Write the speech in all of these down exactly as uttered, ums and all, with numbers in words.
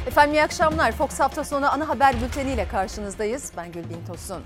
Efendim iyi akşamlar. Fox hafta sonu ana haber bülteniyle karşınızdayız. Ben Gülbin Tosun.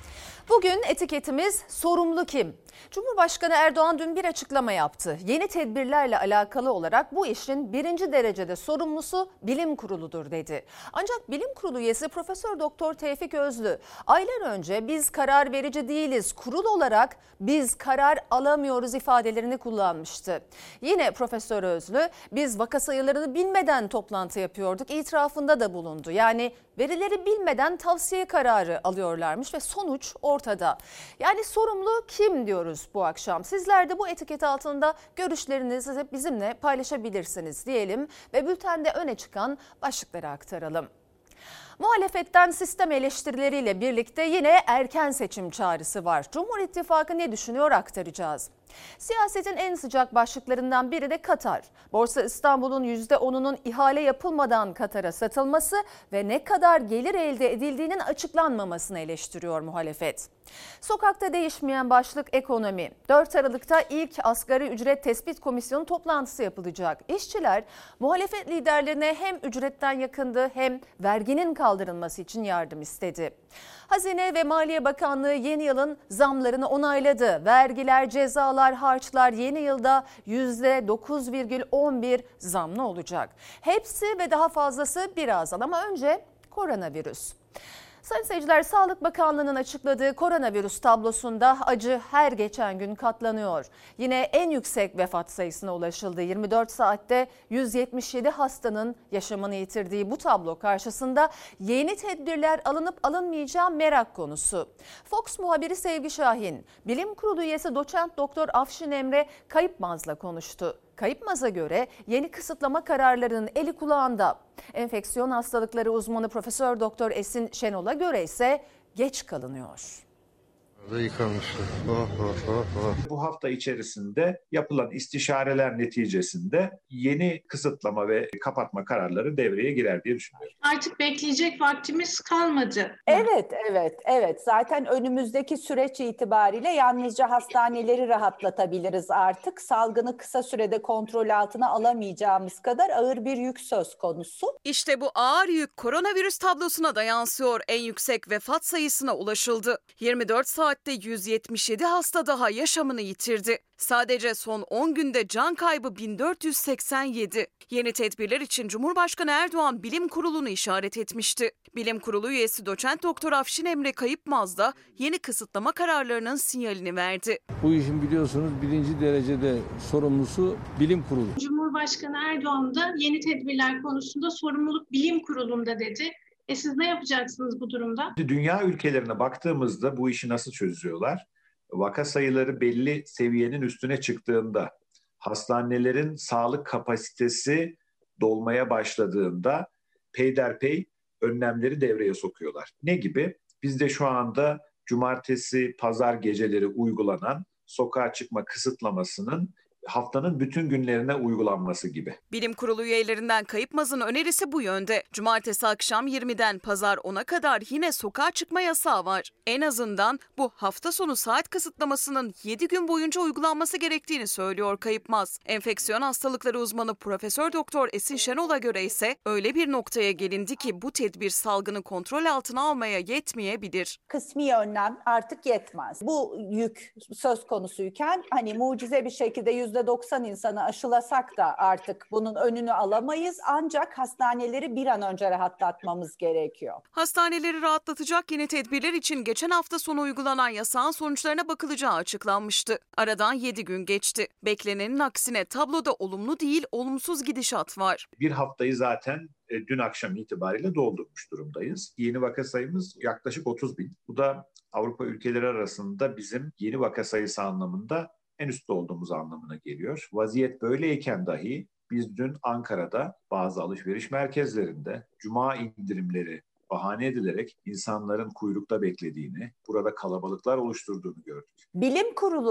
Bugün etiketimiz sorumlu kim? Cumhurbaşkanı Erdoğan dün bir açıklama yaptı. Yeni tedbirlerle alakalı olarak bu işin birinci derecede sorumlusu bilim kuruludur dedi. Ancak bilim kurulu üyesi Profesör Doktor Tevfik Özlü aylar önce biz karar verici değiliz, kurul olarak biz karar alamıyoruz ifadelerini kullanmıştı. Yine Profesör Özlü biz vaka sayılarını bilmeden toplantı yapıyorduk itirafında da bulundu. Yani verileri bilmeden tavsiye kararı alıyorlarmış ve sonuç ortada. Yani sorumlu kim diyoruz bu akşam. Sizler de bu etiket altında görüşlerinizi bizimle paylaşabilirsiniz diyelim ve bültende öne çıkan başlıkları aktaralım. Muhalefetten sistem eleştirileriyle birlikte yine erken seçim çağrısı var. Cumhur İttifakı ne düşünüyor aktaracağız. Siyasetin en sıcak başlıklarından biri de Katar. Borsa İstanbul'un yüzde onunun ihale yapılmadan Katar'a satılması ve ne kadar gelir elde edildiğinin açıklanmamasını eleştiriyor muhalefet. Sokakta değişmeyen başlık ekonomi. dört Aralık'ta ilk asgari ücret tespit komisyonu toplantısı yapılacak. İşçiler muhalefet liderlerine hem ücretten yakındı hem verginin kaldırılması için yardım istedi. Hazine ve Maliye Bakanlığı yeni yılın zamlarını onayladı. Vergiler, cezalar, harçlar yeni yılda yüzde dokuz virgül on bir zamlı olacak. Hepsi ve daha fazlası birazdan ama önce koronavirüs. Sayın seyirciler, Sağlık Bakanlığı'nın açıkladığı koronavirüs tablosunda acı her geçen gün katlanıyor. Yine en yüksek vefat sayısına ulaşıldı. yirmi dört saatte yüz yetmiş yedi hastanın yaşamını yitirdiği bu tablo karşısında yeni tedbirler alınıp alınmayacağı merak konusu. Fox muhabiri Sevgi Şahin, Bilim Kurulu üyesi Doçent Doktor Afşin Emre Kayıpmaz'la konuştu. Kayıpmaz'a göre yeni kısıtlama kararlarının eli kulağında. Enfeksiyon hastalıkları uzmanı Profesör Doktor Esin Şenol'a göre ise geç kalınıyor. Yıkamışlar. Oh, oh, oh, oh. Bu hafta içerisinde yapılan istişareler neticesinde yeni kısıtlama ve kapatma kararları devreye girer diye düşünüyorum. Artık bekleyecek vaktimiz kalmadı. Evet, evet, evet. Zaten önümüzdeki süreç itibariyle yalnızca hastaneleri rahatlatabiliriz artık. Salgını kısa sürede kontrol altına alamayacağımız kadar ağır bir yük söz konusu. İşte bu ağır yük koronavirüs tablosuna da yansıyor. En yüksek vefat sayısına ulaşıldı. yirmi dört saatte yüz yetmiş yedi hasta daha yaşamını yitirdi. Sadece son on günde can kaybı bin dört yüz seksen yedi. Yeni tedbirler için Cumhurbaşkanı Erdoğan Bilim Kurulu'nu işaret etmişti. Bilim Kurulu üyesi Doçent Doktor Afşin Emre Kayıpmaz da yeni kısıtlama kararlarının sinyalini verdi. Bu işin biliyorsunuz birinci derecede sorumlusu Bilim Kurulu. Cumhurbaşkanı Erdoğan da yeni tedbirler konusunda sorumluluk Bilim Kurulu'nda dedi. E siz ne yapacaksınız bu durumda? Dünya ülkelerine baktığımızda bu işi nasıl çözüyorlar? Vaka sayıları belli seviyenin üstüne çıktığında, hastanelerin sağlık kapasitesi dolmaya başladığında peyderpey önlemleri devreye sokuyorlar. Ne gibi? Bizde şu anda cumartesi, pazar geceleri uygulanan sokağa çıkma kısıtlamasının haftanın bütün günlerine uygulanması gibi. Bilim Kurulu üyelerinden Kayıpmaz'ın önerisi bu yönde. Cumartesi akşam yirmiden pazar ona kadar yine sokağa çıkma yasağı var. En azından bu hafta sonu saat kısıtlamasının yedi gün boyunca uygulanması gerektiğini söylüyor Kayıpmaz. Enfeksiyon hastalıkları uzmanı Profesör Doktor Esin Şenol'a göre ise öyle bir noktaya gelindi ki bu tedbir salgını kontrol altına almaya yetmeyebilir. Kısmi önlem artık yetmez. Bu yük söz konusuyken hani mucize bir şekilde yüzde doksan insanı aşılasak da artık bunun önünü alamayız. Ancak hastaneleri bir an önce rahatlatmamız gerekiyor. Hastaneleri rahatlatacak yeni tedbirler için geçen hafta sonu uygulanan yasağın sonuçlarına bakılacağı açıklanmıştı. Aradan yedi gün geçti. Beklenenin aksine tabloda olumlu değil, olumsuz gidişat var. Bir haftayı zaten e, dün akşam itibariyle doldurmuş durumdayız. Yeni vaka sayımız yaklaşık otuz bin. Bu da Avrupa ülkeleri arasında bizim yeni vaka sayısı anlamında en üstte olduğumuz anlamına geliyor. Vaziyet böyleyken dahi biz dün Ankara'da bazı alışveriş merkezlerinde cuma indirimleri bahane edilerek insanların kuyrukta beklediğini, burada kalabalıklar oluşturduğunu gördük. Bilim Kurulu'nun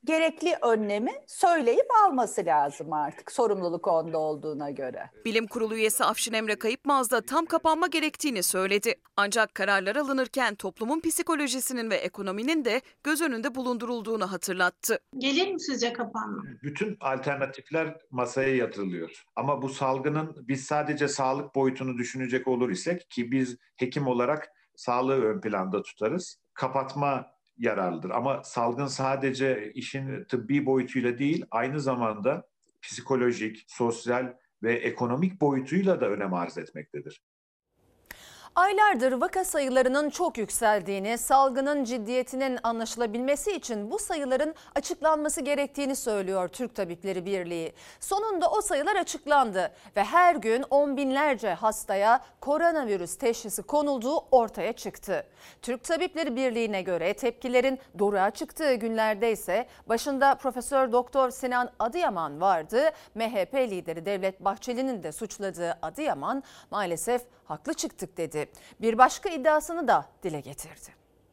gerekli önlemi söyleyip alması lazım artık sorumluluk onda olduğuna göre. Bilim Kurulu üyesi Afşin Emre Kayıpmaz da tam kapanma gerektiğini söyledi. Ancak kararlar alınırken toplumun psikolojisinin ve ekonominin de göz önünde bulundurulduğunu hatırlattı. Gelir mi sizce kapanma? Bütün alternatifler masaya yatırılıyor. Ama bu salgının biz sadece sağlık boyutunu düşünecek olur isek, ki biz hekim olarak sağlığı ön planda tutarız, kapatma yararlıdır. Ama salgın sadece işin tıbbi boyutuyla değil, aynı zamanda psikolojik, sosyal ve ekonomik boyutuyla da önem arz etmektedir. Aylardır vaka sayılarının çok yükseldiğini, salgının ciddiyetinin anlaşılabilmesi için bu sayıların açıklanması gerektiğini söylüyor Türk Tabipleri Birliği. Sonunda o sayılar açıklandı ve her gün on binlerce hastaya koronavirüs teşhisi konulduğu ortaya çıktı. Türk Tabipleri Birliği'ne göre tepkilerin doruğa çıktığı günlerde ise başında Profesör Doktor Sinan Adıyaman vardı. M H P lideri Devlet Bahçeli'nin de suçladığı Adıyaman maalesef haklı çıktık dedi. Bir başka iddiasını da dile getirdi.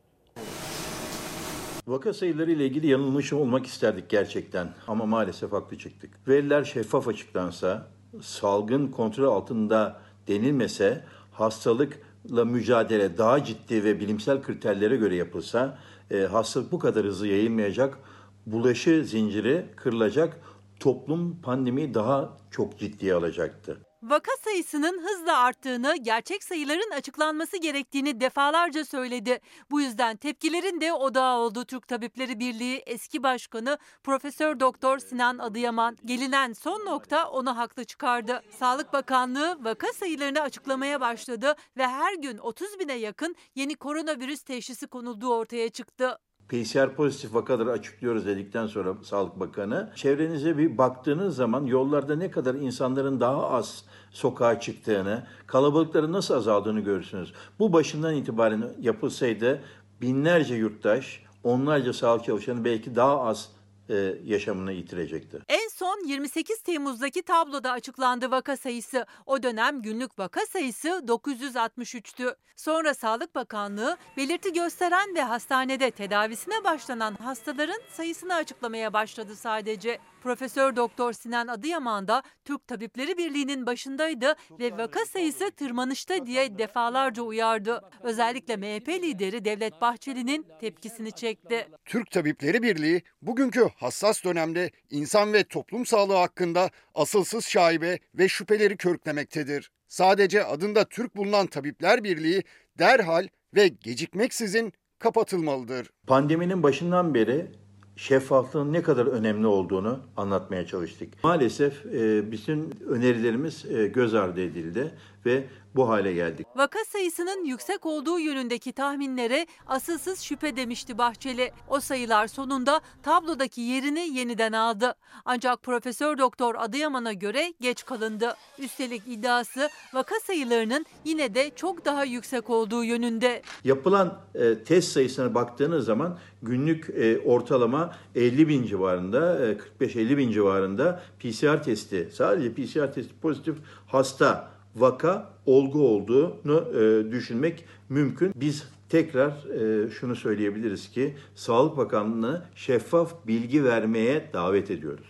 Vaka sayıları ile ilgili yanılmış olmak isterdik gerçekten ama maalesef haklı çıktık. Veriler şeffaf açıklansa, salgın kontrol altında denilmese, hastalıkla mücadele daha ciddi ve bilimsel kriterlere göre yapılsa, e, hastalık bu kadar hızlı yayılmayacak, bulaşı zinciri kırılacak, toplum pandemiyi daha çok ciddiye alacaktı. Vaka sayısının hızla arttığını, gerçek sayıların açıklanması gerektiğini defalarca söyledi. Bu yüzden tepkilerin de odağı oldu Türk Tabipleri Birliği eski başkanı Profesör Doktor Sinan Adıyaman. Gelinen son nokta onu haklı çıkardı. Sağlık Bakanlığı vaka sayılarını açıklamaya başladı ve her gün otuz bine yakın yeni koronavirüs teşhisi konulduğu ortaya çıktı. P C R pozitif vakaları açıklıyoruz dedikten sonra Sağlık Bakanı, çevrenize bir baktığınız zaman yollarda ne kadar insanların daha az sokağa çıktığını, kalabalıkların nasıl azaldığını görürsünüz. Bu başından itibaren yapılsaydı binlerce yurttaş, onlarca sağlık çalışanı belki daha az e, yaşamını yitirecekti. En son yirmi sekiz Temmuz'daki tabloda açıklandı vaka sayısı. O dönem günlük vaka sayısı dokuz yüz altmış üçtü. Sonra Sağlık Bakanlığı belirti gösteren ve hastanede tedavisine başlanan hastaların sayısını açıklamaya başladı sadece. Profesör Doktor Sinan Adıyaman da Türk Tabipleri Birliği'nin başındaydı ve vaka sayısı tırmanışta diye defalarca uyardı. Özellikle M H P lideri Devlet Bahçeli'nin tepkisini çekti. Türk Tabipleri Birliği bugünkü hassas dönemde insan ve toplum sağlığı hakkında asılsız şaibe ve şüpheleri körüklemektedir. Sadece adında Türk bulunan Tabipler Birliği derhal ve gecikmeksizin kapatılmalıdır. Pandeminin başından beri şeffaflığın ne kadar önemli olduğunu anlatmaya çalıştık. Maalesef e, bütün önerilerimiz e, göz ardı edildi ve bu hale geldik. Vaka sayısının yüksek olduğu yönündeki tahminlere asılsız şüphe demişti Bahçeli. O sayılar sonunda tablodaki yerini yeniden aldı. Ancak Profesör Doktor Adıyaman'a göre geç kalındı. Üstelik iddiası vaka sayılarının yine de çok daha yüksek olduğu yönünde. Yapılan e, test sayısına baktığınız zaman günlük e, ortalama elli bin civarında, e, kırk beş elli bin civarında P C R testi, sadece P C R testi pozitif hasta, vaka, olgu olduğunu e, düşünmek mümkün. Biz tekrar e, şunu söyleyebiliriz ki Sağlık Bakanlığı'nı şeffaf bilgi vermeye davet ediyoruz.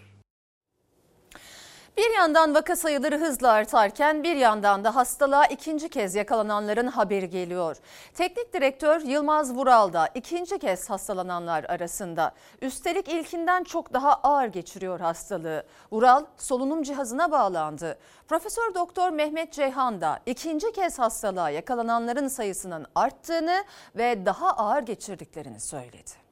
Bir yandan vaka sayıları hızla artarken bir yandan da hastalığa ikinci kez yakalananların haberi geliyor. Teknik direktör Yılmaz Vural da ikinci kez hastalananlar arasında. Üstelik ilkinden çok daha ağır geçiriyor hastalığı. Vural solunum cihazına bağlandı. Profesör Doktor Mehmet Ceyhan da ikinci kez hastalığa yakalananların sayısının arttığını ve daha ağır geçirdiklerini söyledi.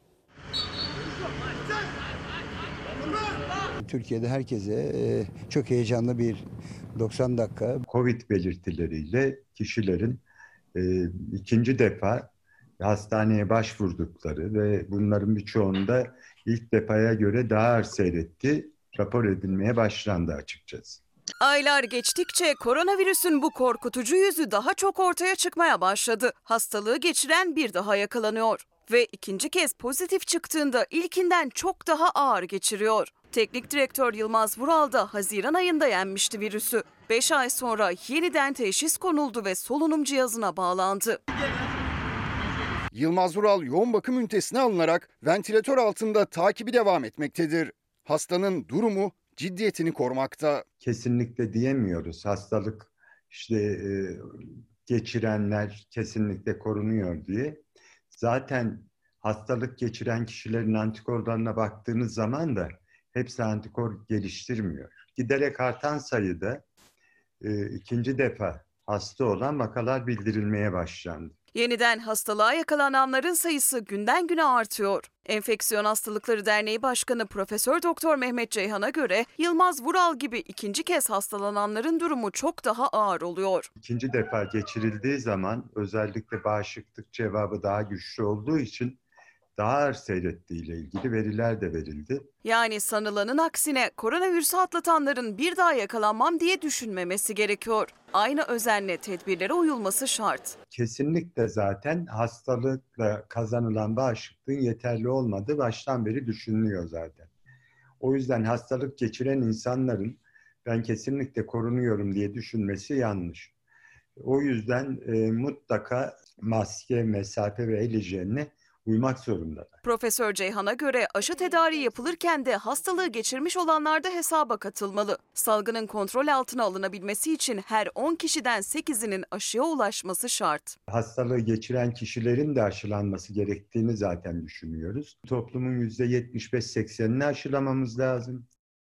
Türkiye'de herkese çok heyecanlı bir doksan dakika. Covid belirtileriyle kişilerin ikinci defa hastaneye başvurdukları ve bunların birçoğunda ilk defaya göre daha ağır seyretti, rapor edilmeye başlandı açıkçası. Aylar geçtikçe koronavirüsün bu korkutucu yüzü daha çok ortaya çıkmaya başladı. Hastalığı geçiren bir daha yakalanıyor ve ikinci kez pozitif çıktığında ilkinden çok daha ağır geçiriyor. Teknik direktör Yılmaz Vural da Haziran ayında yenmişti virüsü. beş ay sonra yeniden teşhis konuldu ve solunum cihazına bağlandı. Yılmaz Vural yoğun bakım ünitesine alınarak ventilatör altında takibi devam etmektedir. Hastanın durumu ciddiyetini korumakta. Kesinlikle diyemiyoruz. Hastalık işte e, geçirenler kesinlikle korunuyor diye. Zaten hastalık geçiren kişilerin antikorlarına baktığınız zaman da hepsi antikor geliştirmiyor. Giderek artan sayıda e, ikinci defa hasta olan vakalar bildirilmeye başlandı. Yeniden hastalığa yakalananların sayısı günden güne artıyor. Enfeksiyon Hastalıkları Derneği Başkanı Profesör Doktor Mehmet Ceyhan'a göre Yılmaz Vural gibi ikinci kez hastalananların durumu çok daha ağır oluyor. İkinci defa geçirildiği zaman özellikle bağışıklık cevabı daha güçlü olduğu için daha ağır seyrettiği ile ilgili veriler de verildi. Yani sanılanın aksine koronavirüsü atlatanların bir daha yakalanmam diye düşünmemesi gerekiyor. Aynı özenle tedbirlere uyulması şart. Kesinlikle zaten hastalıkla kazanılan bağışıklığın yeterli olmadığı baştan beri düşünülüyor zaten. O yüzden hastalık geçiren insanların ben kesinlikle korunuyorum diye düşünmesi yanlış. O yüzden e, mutlaka maske, mesafe ve el hijyenine uymak zorundalar. Profesör Ceyhan'a göre aşı tedariği yapılırken de hastalığı geçirmiş olanlar da hesaba katılmalı. Salgının kontrol altına alınabilmesi için her on kişiden sekizinin aşıya ulaşması şart. Hastalığı geçiren kişilerin de aşılanması gerektiğini zaten düşünüyoruz. Toplumun yüzde yetmiş beş seksenini aşılamamız lazım.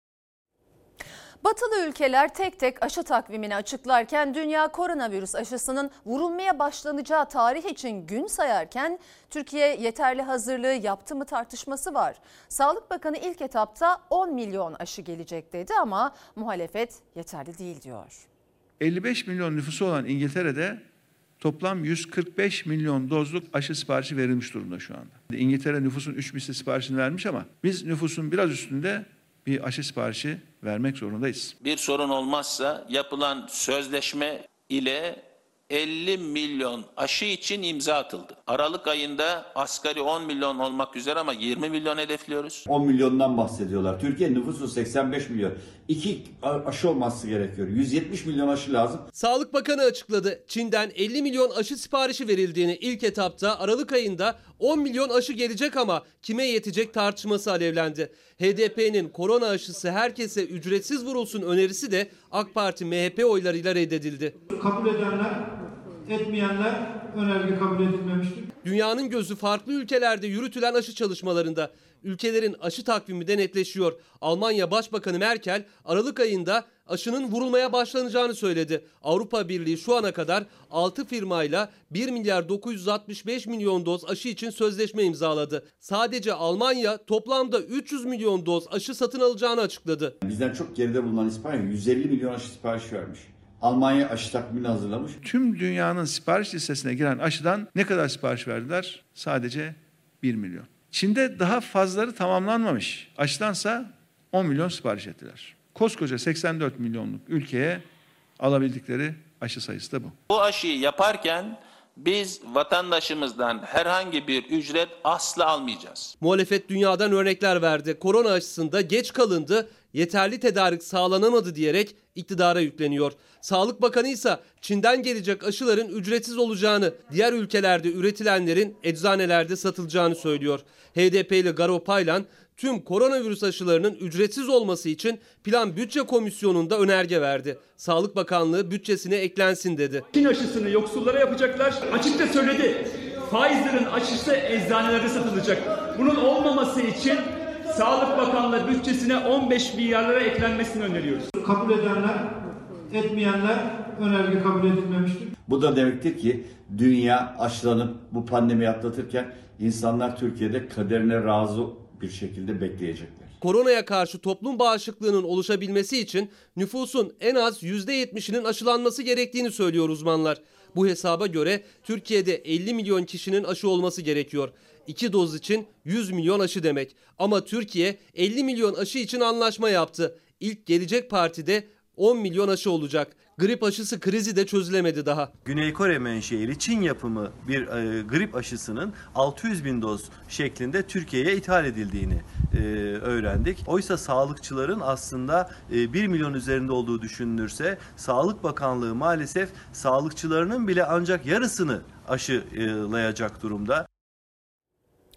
Batılı ülkeler tek tek aşı takvimini açıklarken dünya koronavirüs aşısının vurulmaya başlanacağı tarih için gün sayarken Türkiye yeterli hazırlığı yaptı mı tartışması var. Sağlık Bakanı ilk etapta on milyon aşı gelecek dedi ama muhalefet yeterli değil diyor. elli beş milyon nüfusu olan İngiltere'de toplam yüz kırk beş milyon dozluk aşı siparişi verilmiş durumda şu anda. İngiltere nüfusun üç misli siparişini vermiş ama biz nüfusun biraz üstünde bir aşı siparişi vermek zorundayız. Bir sorun olmazsa yapılan sözleşme ile elli milyon aşı için imza atıldı. Aralık ayında asgari on milyon olmak üzere ama yirmi milyon hedefliyoruz. on milyondan bahsediyorlar. Türkiye nüfusu seksen beş milyon. İki aşı olması gerekiyor. yüz yetmiş milyon aşı lazım. Sağlık Bakanı açıkladı. Çin'den elli milyon aşı siparişi verildiğini, ilk etapta Aralık ayında on milyon aşı gelecek ama kime yetecek tartışması alevlendi. H D P'nin korona aşısı herkese ücretsiz vurulsun önerisi de AK Parti M H P oylarıyla reddedildi. Kabul edenler, etmeyenler önerge kabul edilmemiştir. Dünyanın gözü farklı ülkelerde yürütülen aşı çalışmalarında. Ülkelerin aşı takvimi de netleşiyor. Almanya Başbakanı Merkel Aralık ayında aşının vurulmaya başlanacağını söyledi. Avrupa Birliği şu ana kadar altı firmayla bir milyar dokuz yüz altmış beş milyon doz aşı için sözleşme imzaladı. Sadece Almanya toplamda üç yüz milyon doz aşı satın alacağını açıkladı. Bizden çok geride bulunan İspanya yüz elli milyon aşı sipariş vermiş. Almanya aşı takvimini hazırlamış. Tüm dünyanın sipariş listesine giren aşıdan ne kadar sipariş verdiler? Sadece bir milyon. Çin'de daha fazlaları tamamlanmamış aşıdansa on milyon sipariş ettiler. Koskoca seksen dört milyonluk ülkeye alabildikleri aşı sayısı da bu. Bu aşıyı yaparken biz vatandaşımızdan herhangi bir ücret asla almayacağız. Muhalefet dünyadan örnekler verdi. Korona aşısında geç kalındı, yeterli tedarik sağlanamadı diyerek iktidara yükleniyor. Sağlık Bakanı ise Çin'den gelecek aşıların ücretsiz olacağını, diğer ülkelerde üretilenlerin eczanelerde satılacağını söylüyor. H D P'li Garo Paylan tüm koronavirüs aşılarının ücretsiz olması için Plan Bütçe Komisyonu'nda önerge verdi. Sağlık Bakanlığı bütçesine eklensin dedi. Çin aşısını yoksullara yapacaklar. Açıkça söyledi. Pfizer'ın aşısı eczanelerde satılacak. Bunun olmaması için Sağlık Bakanlığı bütçesine on beş milyarlara eklenmesini öneriyoruz. Kabul edenler, etmeyenler önerge kabul edilmemiştir. Bu da demektir ki dünya aşılanıp bu pandemiyi atlatırken insanlar Türkiye'de kaderine razı bir şekilde bekleyecekler. Koronaya karşı toplum bağışıklığının oluşabilmesi için nüfusun en az yüzde yetmişinin aşılanması gerektiğini söylüyor uzmanlar. Bu hesaba göre Türkiye'de elli milyon kişinin aşı olması gerekiyor. İki doz için yüz milyon aşı demek. Ama Türkiye elli milyon aşı için anlaşma yaptı. İlk Gelecek Parti'de on milyon aşı olacak. Grip aşısı krizi de çözülemedi daha. Güney Kore menşeili Çin yapımı bir e, grip aşısının altı yüz bin doz şeklinde Türkiye'ye ithal edildiğini e, öğrendik. Oysa sağlıkçıların aslında e, bir milyon üzerinde olduğu düşünülürse Sağlık Bakanlığı maalesef sağlıkçılarının bile ancak yarısını aşılayacak durumda.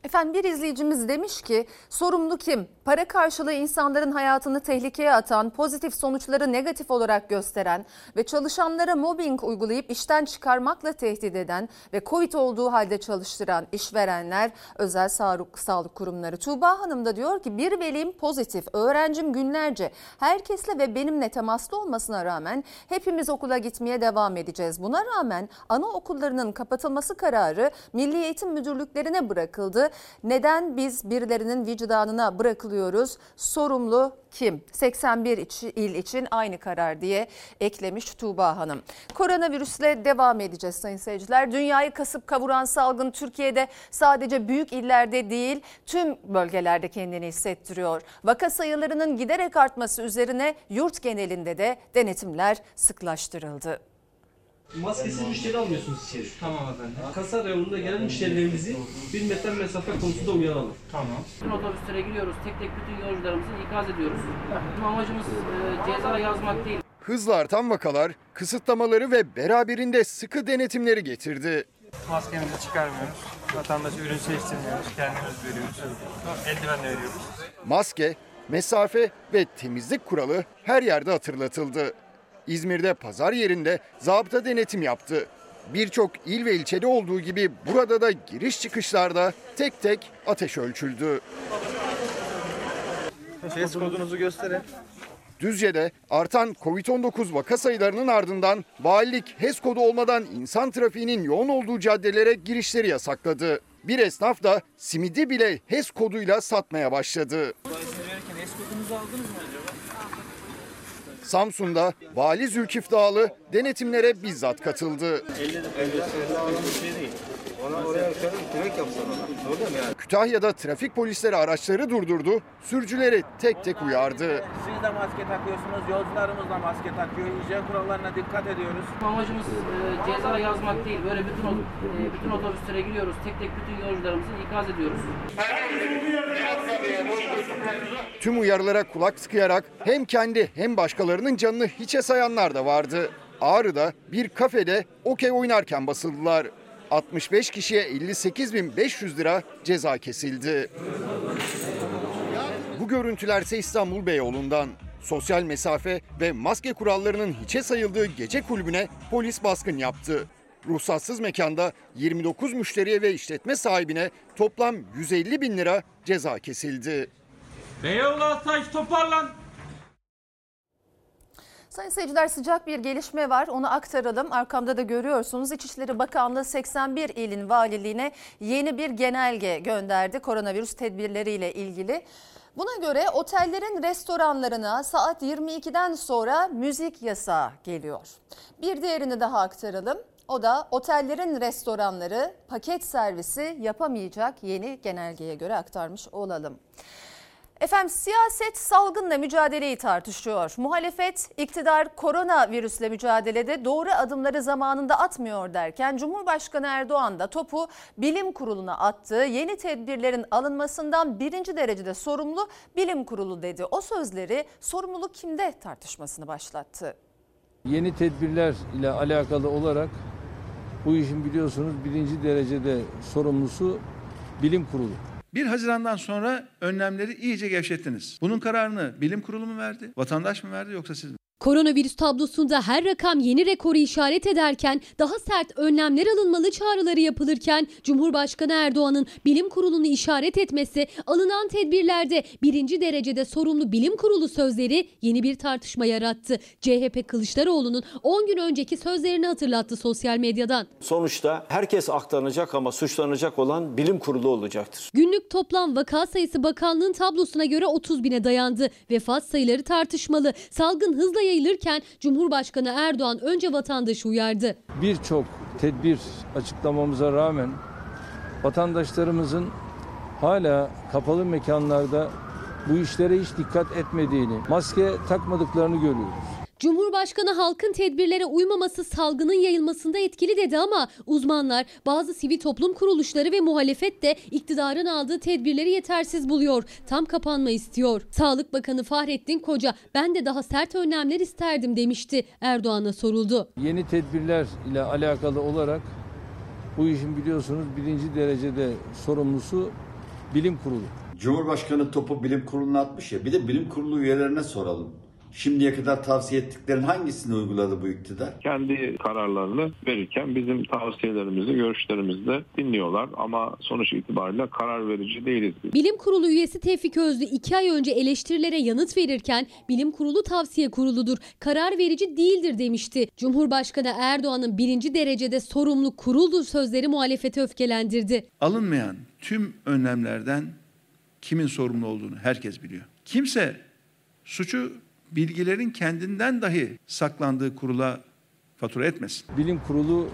Efendim bir izleyicimiz demiş ki sorumlu kim? Para karşılığı insanların hayatını tehlikeye atan, pozitif sonuçları negatif olarak gösteren ve çalışanlara mobbing uygulayıp işten çıkarmakla tehdit eden ve Covid olduğu halde çalıştıran işverenler, özel sağlık, sağlık kurumları. Tuğba Hanım da diyor ki bir velim pozitif, öğrencim günlerce herkesle ve benimle temaslı olmasına rağmen hepimiz okula gitmeye devam edeceğiz. Buna rağmen anaokullarının kapatılması kararı Milli Eğitim Müdürlüklerine bırakıldı. Neden biz birilerinin vicdanına bırakılıyoruz? Sorumlu kim? seksen bir il için aynı karar diye eklemiş Tuğba Hanım. Koronavirüsle devam edeceğiz sayın seyirciler. Dünyayı kasıp kavuran salgın Türkiye'de sadece büyük illerde değil tüm bölgelerde kendini hissettiriyor. Vaka sayılarının giderek artması üzerine yurt genelinde de denetimler sıklaştırıldı. Maskesiz müşteri almıyorsunuz içeri. Tamam efendim. Kasa reyonunda gelen müşterilerimizi bir metre mesafe konusunda uyaralım. Tamam. Bütün otobüslere giriyoruz. Tek tek bütün yolcularımızı ikaz ediyoruz. Amacımız e, ceza yazmak değil. Hızla artan vakalar, kısıtlamaları ve beraberinde sıkı denetimleri getirdi. Maskemizi çıkarmıyoruz. Vatandaşa ürün seçtirmiyoruz. Kendimiz veriyoruz. Eldivenle veriyoruz. Maske, mesafe ve temizlik kuralı her yerde hatırlatıldı. İzmir'de pazar yerinde zabıta denetim yaptı. Birçok il ve ilçede olduğu gibi burada da giriş çıkışlarda tek tek ateş ölçüldü. H E S kodunuzu gösterin. Düzce'de artan Covid on dokuz vaka sayılarının ardından valilik H E S kodu olmadan insan trafiğinin yoğun olduğu caddelere girişleri yasakladı. Bir esnaf da simidi bile H E S koduyla satmaya başladı. H E S kodunuzu aldınız mı acaba? Samsun'da Vali Zülkif Dağlı denetimlere bizzat katıldı. Kütahya'da trafik polisleri araçları durdurdu, sürücüleri tek tek uyardı. Siz de maske takıyorsunuz, yolcularımız da maske takıyor. Hijyen kurallarına dikkat ediyoruz. Amacımız e, ceza yazmak değil. Böyle bütün e, bütün otobüslere giriyoruz. Tek tek bütün yolcularımızı ikaz ediyoruz. Tüm uyarılara kulak tıkayarak hem kendi hem başkalarının canını hiçe sayanlar da vardı. Ağrı'da bir kafede okey oynarken basıldılar. altmış beş kişiye elli sekiz bin beş yüz lira ceza kesildi. Bu görüntülerse İstanbul Beyoğlu'ndan. Sosyal mesafe ve maske kurallarının hiçe sayıldığı gece kulübüne polis baskın yaptı. Ruhsatsız mekanda yirmi dokuz müşteriye ve işletme sahibine toplam yüz elli bin lira ceza kesildi. Beyoğlu Asayiş toparlan. Sayın seyirciler sıcak bir gelişme var, onu aktaralım. Arkamda da görüyorsunuz İçişleri Bakanlığı seksen bir ilin valiliğine yeni bir genelge gönderdi koronavirüs tedbirleriyle ilgili. Buna göre otellerin restoranlarına saat yirmi ikiden sonra müzik yasağı geliyor. Bir diğerini daha aktaralım. O da otellerin restoranları paket servisi yapamayacak yeni genelgeye göre aktarmış olalım. Efendim siyaset salgınla mücadeleyi tartışıyor. Muhalefet iktidar koronavirüsle mücadelede doğru adımları zamanında atmıyor derken Cumhurbaşkanı Erdoğan da topu bilim kuruluna attı. Yeni tedbirlerin alınmasından birinci derecede sorumlu bilim kurulu dedi. O sözleri sorumluluk kimde tartışmasını başlattı. Yeni tedbirler ile alakalı olarak bu işin biliyorsunuz birinci derecede sorumlusu bilim kurulu. bir Haziran'dan sonra önlemleri iyice gevşettiniz. Bunun kararını bilim kurulu mu verdi, vatandaş mı verdi yoksa siz mi? Koronavirüs tablosunda her rakam yeni rekoru işaret ederken daha sert önlemler alınmalı çağrıları yapılırken Cumhurbaşkanı Erdoğan'ın bilim kurulunu işaret etmesi alınan tedbirlerde birinci derecede sorumlu bilim kurulu sözleri yeni bir tartışma yarattı. C H P Kılıçdaroğlu'nun on gün önceki sözlerini hatırlattı sosyal medyadan. Sonuçta herkes aklanacak ama suçlanacak olan bilim kurulu olacaktır. Günlük toplam vaka sayısı bakanlığın tablosuna göre otuz bine dayandı. Vefat sayıları tartışmalı. Salgın hızla yayılırken Cumhurbaşkanı Erdoğan önce vatandaşı uyardı. Birçok tedbir açıklamamıza rağmen vatandaşlarımızın hala kapalı mekanlarda bu işlere hiç dikkat etmediğini, maske takmadıklarını görüyoruz. Cumhurbaşkanı halkın tedbirlere uymaması salgının yayılmasında etkili dedi ama uzmanlar bazı sivil toplum kuruluşları ve muhalefet de iktidarın aldığı tedbirleri yetersiz buluyor. Tam kapanma istiyor. Sağlık Bakanı Fahrettin Koca ben de daha sert önlemler isterdim demişti. Erdoğan'a soruldu. Yeni tedbirler ile alakalı olarak bu işin biliyorsunuz birinci derecede sorumlusu Bilim Kurulu. Cumhurbaşkanı topu bilim kuruluna atmış ya, bir de bilim kurulu üyelerine soralım. Şimdiye kadar tavsiye ettiklerin hangisini uyguladı bu iktidar? Kendi kararlarını verirken bizim tavsiyelerimizi, görüşlerimizi de dinliyorlar ama sonuç itibariyle karar verici değiliz biz. Bilim Kurulu üyesi Tevfik Özlü iki ay önce eleştirilere yanıt verirken Bilim Kurulu tavsiye kuruludur, karar verici değildir demişti. Cumhurbaşkanı Erdoğan'ın birinci derecede sorumlu kuruldur sözleri muhalefeti öfkelendirdi. Alınmayan tüm önlemlerden kimin sorumlu olduğunu herkes biliyor. Kimse suçu bilgilerin kendinden dahi saklandığı kurula fatura etmesin. Bilim Kurulu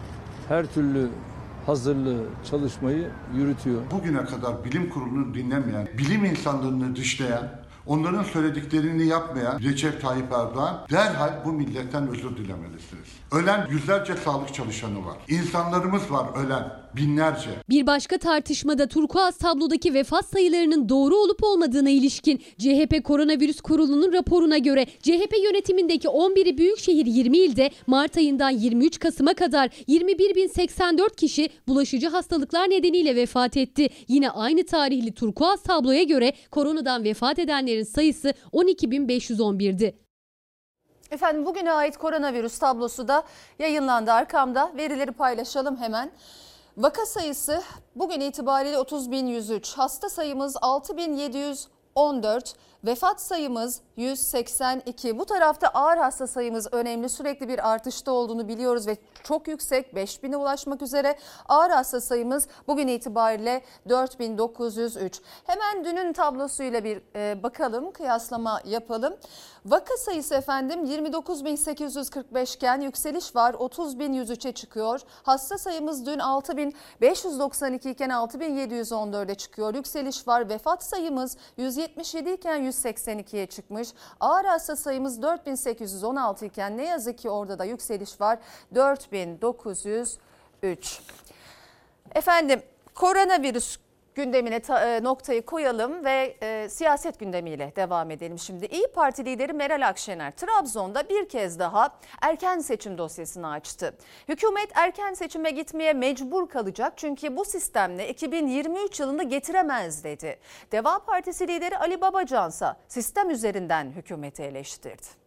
her türlü hazırlığı, çalışmayı yürütüyor. Bugüne kadar bilim kurulunu dinlemeyen, bilim insanlarını dışlayan, onların söylediklerini yapmayan Recep Tayyip Erdoğan derhal bu milletten özür dilemelisiniz. Ölen yüzlerce sağlık çalışanı var. İnsanlarımız var ölen. Binlerce. Bir başka tartışmada turkuaz tablodaki vefat sayılarının doğru olup olmadığına ilişkin C H P Koronavirüs Kurulu'nun raporuna göre C H P yönetimindeki on biri büyükşehir yirmi ilde Mart ayından yirmi üç Kasım'a kadar yirmi bir bin seksen dört kişi bulaşıcı hastalıklar nedeniyle vefat etti. Yine aynı tarihli turkuaz tabloya göre koronadan vefat edenlerin sayısı on iki bin beş yüz on bir'di. Efendim bugüne ait koronavirüs tablosu da yayınlandı arkamda. Verileri paylaşalım hemen. Vaka sayısı bugün itibariyle otuz bin yüz üç, hasta sayımız altı bin yedi yüz on dört, vefat sayımız yüz seksen iki. Bu tarafta ağır hasta sayımız önemli, sürekli bir artışta olduğunu biliyoruz ve çok yüksek, beş bine ulaşmak üzere. Ağır hasta sayımız bugün itibariyle dört bin dokuz yüz üç. Hemen dünün tablosuyla bir e, bakalım, kıyaslama yapalım. Vaka sayısı efendim yirmi dokuz bin sekiz yüz kırk beş iken yükseliş var, otuz bin yüz üçe çıkıyor. Hasta sayımız dün altı bin beş yüz doksan iki iken altı bin yedi yüz on dörde çıkıyor. Yükseliş var. Vefat sayımız yüz yetmiş yedi iken yüz seksen ikiye çıkmış. Ağır hasta sayımız dört bin sekiz yüz on altı iken ne yazık ki orada da yükseliş var. dört bin dokuz yüz üç. Efendim koronavirüs gündemine ta, e, noktayı koyalım ve e, siyaset gündemiyle devam edelim şimdi. İYİ Parti lideri Meral Akşener Trabzon'da bir kez daha erken seçim dosyasını açtı. Hükümet erken seçime gitmeye mecbur kalacak çünkü bu sistemle iki bin yirmi üç yılını getiremez dedi. Deva Partisi lideri Ali Babacan ise sistem üzerinden hükümeti eleştirdi.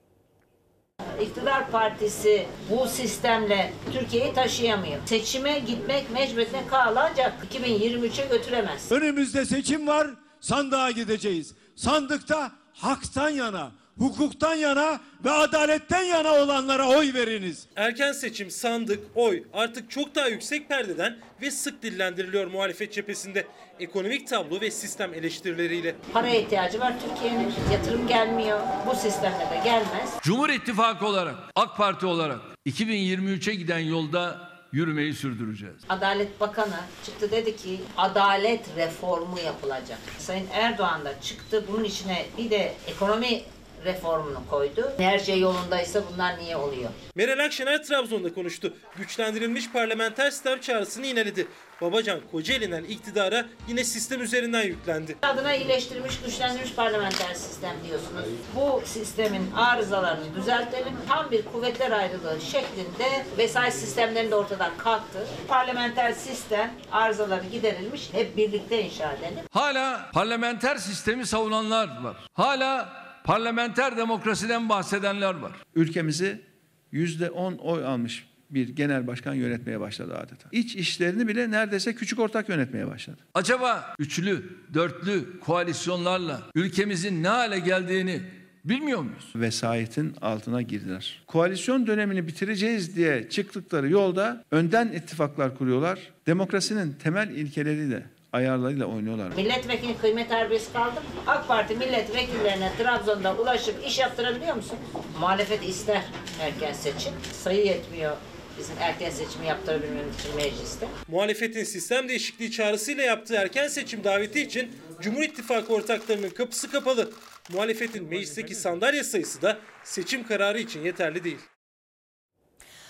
İktidar partisi bu sistemle Türkiye'yi taşıyamıyor. Seçime gitmek mecburiyetine kalacak. iki bin yirmi üçe götüremez. Önümüzde seçim var, sandığa gideceğiz. Sandıkta haktan yana, hukuktan yana ve adaletten yana olanlara oy veriniz. Erken seçim, sandık, oy artık çok daha yüksek perdeden ve sık dillendiriliyor muhalefet cephesinde. Ekonomik tablo ve sistem eleştirileriyle. Paraya ihtiyacı var Türkiye'nin. Yatırım gelmiyor. Bu sistemle de gelmez. Cumhur İttifakı olarak, AK Parti olarak iki bin yirmi üçe giden yolda yürümeyi sürdüreceğiz. Adalet Bakanı çıktı dedi ki adalet reformu yapılacak. Sayın Erdoğan da çıktı bunun içine bir de ekonomi reformunu koydu. Her şey yolundaysa bunlar niye oluyor? Meral Akşener Trabzon'da konuştu. Güçlendirilmiş parlamenter sistem çağrısını yineledi. Babacan Kocaeli'nden iktidara yine sistem üzerinden yüklendi. Adına iyileştirilmiş, güçlendirilmiş parlamenter sistem diyorsunuz. Bu sistemin arızalarını düzeltelim. Tam bir kuvvetler ayrılığı şeklinde vesayet sistemlerinin de ortadan kalktı. Parlamenter sistem arızaları giderilmiş. Hep birlikte inşa edelim. Hala parlamenter sistemi savunanlar var. Hala parlamenter demokrasiden bahsedenler var. Ülkemizi yüzde on oy almış bir genel başkan yönetmeye başladı adeta. İç işlerini bile neredeyse küçük ortak yönetmeye başladı. Acaba üçlü, dörtlü koalisyonlarla ülkemizin ne hale geldiğini bilmiyor muyuz? Vesayetin altına girdiler. Koalisyon dönemini bitireceğiz diye çıktıkları yolda önden ittifaklar kuruyorlar. Demokrasinin temel ilkeleriyle, ayarlarıyla oynuyorlar. Milletvekili kıymet harbiyesi kaldı mı? AK Parti milletvekillerine Trabzon'da ulaşıp iş yaptırabiliyor musun? Muhalefet ister erken seçim. Sayı yetmiyor bizim erken seçimi yaptırabilmemiz için mecliste. Muhalefetin sistem değişikliği çağrısıyla yaptığı erken seçim daveti için Cumhur İttifakı ortaklarının kapısı kapalı. Muhalefetin meclisteki sandalye sayısı da seçim kararı için yeterli değil.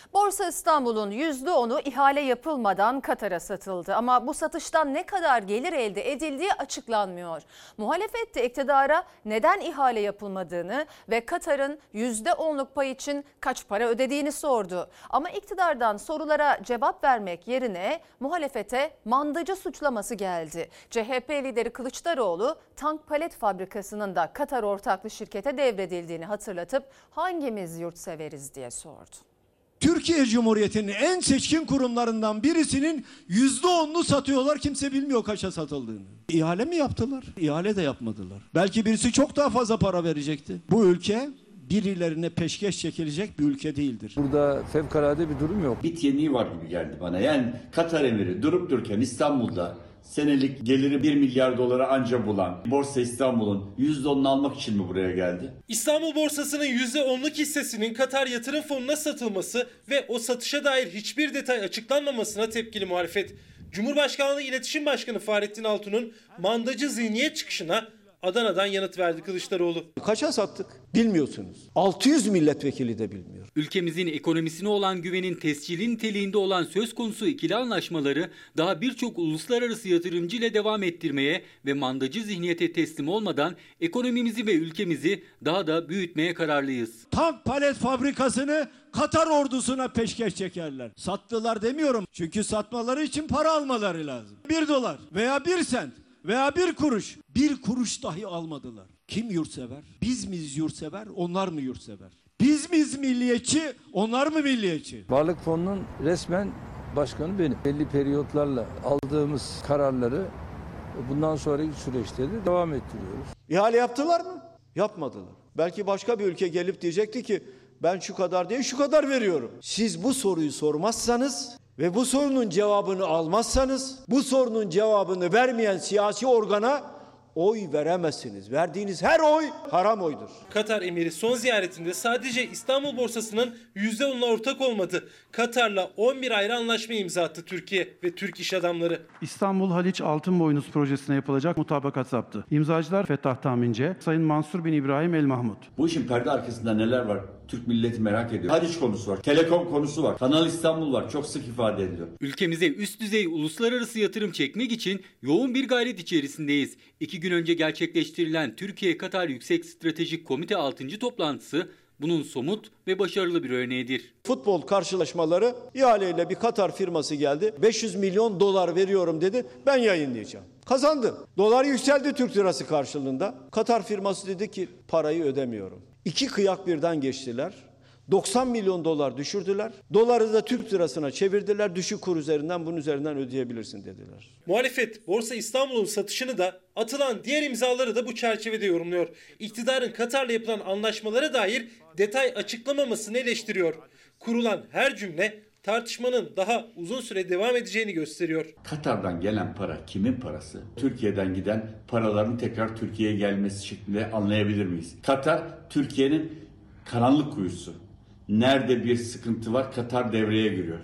Borsa İstanbul'un yüzde onu ihale yapılmadan Katar'a satıldı. Ama bu satıştan ne kadar gelir elde edildiği açıklanmıyor. Muhalefet de iktidara neden ihale yapılmadığını ve Katar'ın yüzde onluk pay için kaç para ödediğini sordu. Ama iktidardan sorulara cevap vermek yerine muhalefete mandacı suçlaması geldi. C H P lideri Kılıçdaroğlu tank palet fabrikasının da Katar ortaklı şirkete devredildiğini hatırlatıp hangimiz yurtseveriz diye sordu. Türkiye Cumhuriyeti'nin en seçkin kurumlarından birisinin yüzde onunu satıyorlar. Kimse bilmiyor kaça satıldığını. İhale mi yaptılar? İhale de yapmadılar. Belki birisi çok daha fazla para verecekti. Bu ülke birilerine peşkeş çekilecek bir ülke değildir. Burada fevkalade bir durum yok. Bit yeniği var gibi geldi bana. Yani Katar emiri durup dururken İstanbul'da senelik geliri bir milyar dolara anca bulan Borsa İstanbul'un yüzde onunu almak için mi buraya geldi? İstanbul borsasının yüzde onluk hissesinin Katar Yatırım Fonu'na satılması ve o satışa dair hiçbir detay açıklanmamasına tepkili muhalefet. Cumhurbaşkanlığı İletişim Başkanı Fahrettin Altun'un mandacı zihniyet çıkışına Adana'dan yanıt verdi Kılıçdaroğlu. Kaça sattık? Bilmiyorsunuz. altı yüz milletvekili de bilmiyor. Ülkemizin ekonomisine olan güvenin tescili niteliğinde olan söz konusu ikili anlaşmaları daha birçok uluslararası yatırımcı ile devam ettirmeye ve mandacı zihniyete teslim olmadan ekonomimizi ve ülkemizi daha da büyütmeye kararlıyız. Tank palet fabrikasını Katar ordusuna peşkeş çekerler. Sattılar demiyorum çünkü satmaları için para almaları lazım. Bir dolar veya bir sent veya bir kuruş, bir kuruş dahi almadılar. Kim yurtsever? Biz miyiz yurtsever, onlar mı yurtsever? Biz miyiz milliyetçi, onlar mı milliyetçi? Varlık Fonu'nun resmen başkanı benim. Belli periyotlarla aldığımız kararları bundan sonraki süreçte de devam ettiriyoruz. İhale yaptılar mı? Yapmadılar. Belki başka bir ülke gelip diyecekti ki ben şu kadar değil şu kadar veriyorum. Siz bu soruyu sormazsanız ve bu sorunun cevabını almazsanız, bu sorunun cevabını vermeyen siyasi organa oy veremezsiniz. Verdiğiniz her oy haram oydur. Katar emiri son ziyaretinde sadece İstanbul borsasının yüzde onuna ortak olmadı. Katar'la on bir ayrı anlaşma imza attı Türkiye ve Türk iş adamları. İstanbul Haliç Altınboynuz projesine yapılacak mutabakat yaptı. İmzacılar Fettah Tahmince, Sayın Mansur bin İbrahim El Mahmut. Bu işin perde arkasında neler var? Türk milleti merak ediyor. Haliç konusu var, telekom konusu var, Kanal İstanbul var. Çok sık ifade ediliyor. Ülkemize üst düzey uluslararası yatırım çekmek için yoğun bir gayret içerisindeyiz. İki gün önce gerçekleştirilen Türkiye-Katar Yüksek Stratejik Komite altıncı toplantısı bunun somut ve başarılı bir örneğidir. Futbol karşılaşmaları ihaleyle bir Katar firması geldi. beş yüz milyon dolar veriyorum dedi. Ben yayınlayacağım. Kazandı. Dolar yükseldi Türk lirası karşılığında. Katar firması dedi ki parayı ödemiyorum. İki kıyak birden geçtiler. doksan milyon dolar düşürdüler. Doları da Türk lirasına çevirdiler. Düşük kur üzerinden bunun üzerinden ödeyebilirsin dediler. Muhalefet Borsa İstanbul'un satışını da atılan diğer imzaları da bu çerçevede yorumluyor. İktidarın Katar'la yapılan anlaşmalara dair detay açıklamamasını eleştiriyor. Kurulan her cümle tartışmanın daha uzun süre devam edeceğini gösteriyor. Katar'dan gelen para kimin parası? Türkiye'den giden paraların tekrar Türkiye'ye gelmesi şeklinde anlayabilir miyiz? Katar, Türkiye'nin karanlık kuyusu. Nerede bir sıkıntı var Katar devreye giriyor.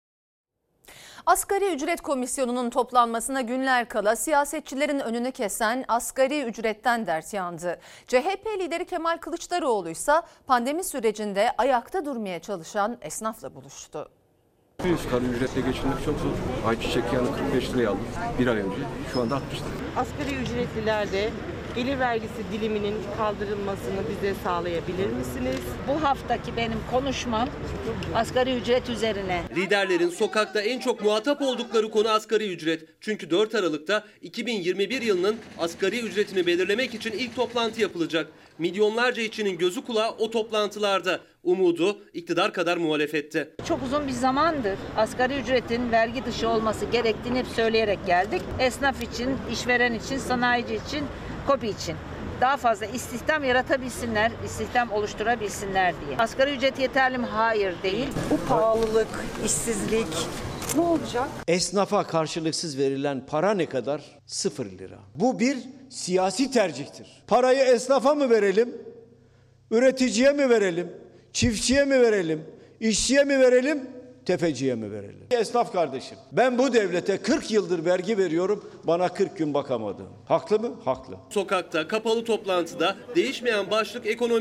Asgari ücret komisyonunun toplanmasına günler kala siyasetçilerin önünü kesen asgari ücretten dert yandı. C H P lideri Kemal Kılıçdaroğlu ise pandemi sürecinde ayakta durmaya çalışan esnafla buluştu. Asgari ücretle geçinmek çok zor. Ayçiçek yağını kırk beş liraya aldım bir ay önce. Şu anda altmış lira. Asgari ücretliler de gelir vergisi diliminin kaldırılmasını bize sağlayabilir misiniz? Bu haftaki benim konuşmam asgari ücret üzerine. Liderlerin sokakta en çok muhatap oldukları konu asgari ücret. Çünkü dört Aralık'ta iki bin yirmi bir yılının asgari ücretini belirlemek için ilk toplantı yapılacak. Milyonlarca işçinin gözü kulağı o toplantılarda. Umudu iktidar kadar muhalefette. Çok uzun bir zamandır asgari ücretin vergi dışı olması gerektiğini hep söyleyerek geldik. Esnaf için, işveren için, sanayici için, KOBİ için daha fazla istihdam yaratabilsinler, istihdam oluşturabilsinler diye. Asgari ücret yeterli mi? Hayır değil. Bu pahalılık, işsizlik ne olacak? Esnafa karşılıksız verilen para ne kadar? Sıfır lira. Bu bir siyasi tercihtir. Parayı esnafa mı verelim? Üreticiye mi verelim? Çiftçiye mi verelim? İşçiye mi verelim? Tefeciye mi verelim? Esnaf kardeşim, ben bu devlete kırk yıldır vergi veriyorum, bana kırk gün bakamadım. Haklı mı? Haklı. Sokakta, kapalı toplantıda değişmeyen başlık ekonomi.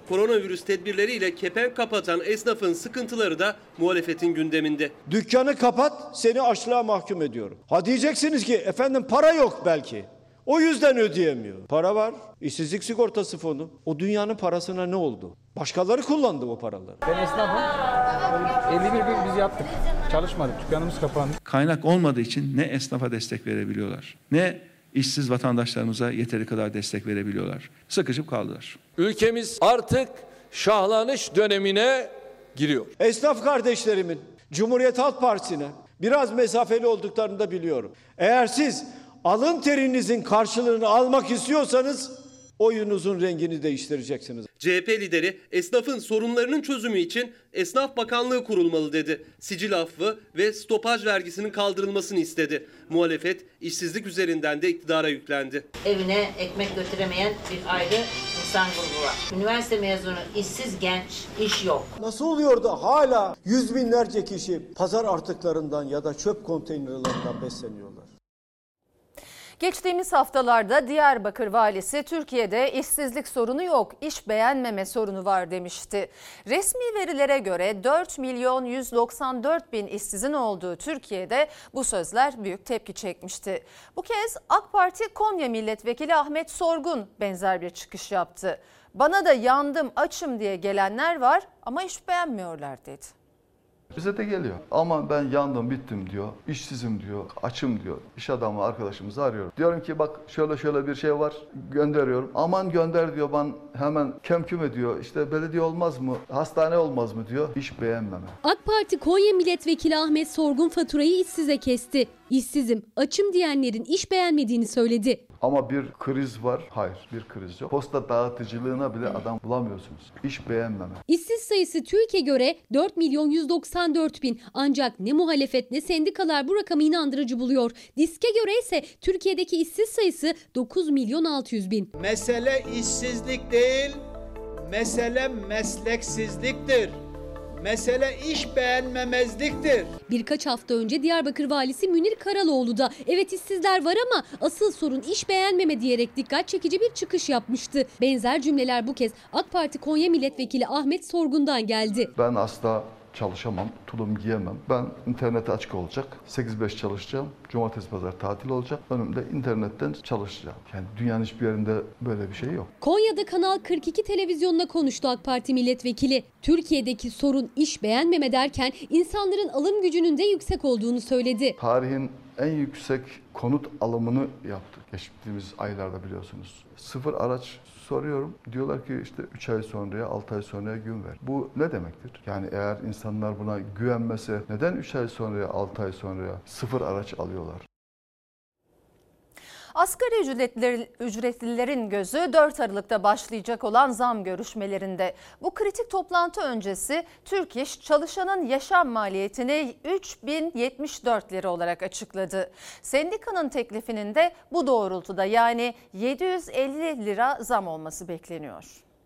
Koronavirüs tedbirleriyle kepenk kapatan esnafın sıkıntıları da muhalefetin gündeminde. Dükkanı kapat, seni açlığa mahkum ediyorum. Ha diyeceksiniz ki efendim para yok belki. O yüzden ödeyemiyor. Para var. İşsizlik sigortası fonu. O dünyanın parasına ne oldu? Başkaları kullandı o paraları. Ben esnafım. elli bir gün biz yaptık. Çalışmadık. Dükkanımız kapandı. Kaynak olmadığı için ne esnafa destek verebiliyorlar, ne işsiz vatandaşlarımıza yeteri kadar destek verebiliyorlar. Sıkışıp kaldılar. Ülkemiz artık şahlanış dönemine giriyor. Esnaf kardeşlerimin Cumhuriyet Halk Partisi'ne biraz mesafeli olduklarını da biliyorum. Eğer siz alın terinizin karşılığını almak istiyorsanız oyunuzun rengini değiştireceksiniz. C H P lideri esnafın sorunlarının çözümü için Esnaf Bakanlığı kurulmalı dedi. Sicil affı ve stopaj vergisinin kaldırılmasını istedi. Muhalefet işsizlik üzerinden de iktidara yüklendi. Evine ekmek götüremeyen bir ayrı insan grubu var. Üniversite mezunu işsiz genç, iş yok. Nasıl oluyor da hala yüz binlerce kişi pazar artıklarından ya da çöp konteynerlerinden besleniyorlar? Geçtiğimiz haftalarda Diyarbakır valisi Türkiye'de işsizlik sorunu yok, iş beğenmeme sorunu var demişti. Resmi verilere göre dört milyon yüz doksan dört bin işsizin olduğu Türkiye'de bu sözler büyük tepki çekmişti. Bu kez AK Parti Konya Milletvekili Ahmet Sorgun benzer bir çıkış yaptı. Bana da yandım, açım diye gelenler var ama iş beğenmiyorlar dedi. Bize de geliyor. Ama ben yandım, bittim diyor. İşsizim diyor, açım diyor. İş adamı arkadaşımızı arıyorum. Diyorum ki bak şöyle şöyle bir şey var, gönderiyorum. Aman gönder diyor, ben hemen kemküm ediyor. İşte belediye olmaz mı, hastane olmaz mı diyor. İş beğenmeme. AK Parti Konya Milletvekili Ahmet Sorgun faturayı işsize kesti. İşsizim, açım diyenlerin iş beğenmediğini söyledi. Ama bir kriz var. Hayır, bir kriz yok. Posta dağıtıcılığına bile adam bulamıyorsunuz. İş beğenmeme. İşsiz sayısı TÜİK'e göre dört milyon yüz doksan dört bin. Ancak ne muhalefet ne sendikalar bu rakamı inandırıcı buluyor. DİSK'e göre ise Türkiye'deki işsiz sayısı dokuz milyon altı yüz bin. Mesele işsizlik değil, mesele mesleksizliktir. Mesele iş beğenmemezliktir. Birkaç hafta önce Diyarbakır valisi Münir Karaloğlu da evet işsizler var ama asıl sorun iş beğenmeme diyerek dikkat çekici bir çıkış yapmıştı. Benzer cümleler bu kez AK Parti Konya Milletvekili Ahmet Sorgun'dan geldi. Ben asla çalışamam, tulum giyemem. Ben internete açık olacak. sekiz beş çalışacağım. Cumartesi pazar tatil olacak. Önümde internetten çalışacağım. Yani dünyanın hiçbir yerinde böyle bir şey yok. Konya'da Kanal kırk iki televizyonuna konuştu AK Parti milletvekili. Türkiye'deki sorun iş beğenmeme derken insanların alım gücünün de yüksek olduğunu söyledi. Tarihin en yüksek konut alımını yaptık. Geçtiğimiz aylarda biliyorsunuz. Sıfır araç soruyorum. Diyorlar ki işte üç ay sonraya, altı ay sonraya gün ver. Bu ne demektir? Yani eğer insanlar buna güvenmese neden üç ay sonraya, altı ay sonraya sıfır araç alıyorlar? Asgari ücretliler, ücretlilerin gözü dört Aralık'ta başlayacak olan zam görüşmelerinde. Bu kritik toplantı öncesi Türk İş çalışanın yaşam maliyetini üç bin yetmiş dört lira olarak açıkladı. Sendikanın teklifinin de bu doğrultuda yani yedi yüz elli lira zam olması bekleniyor.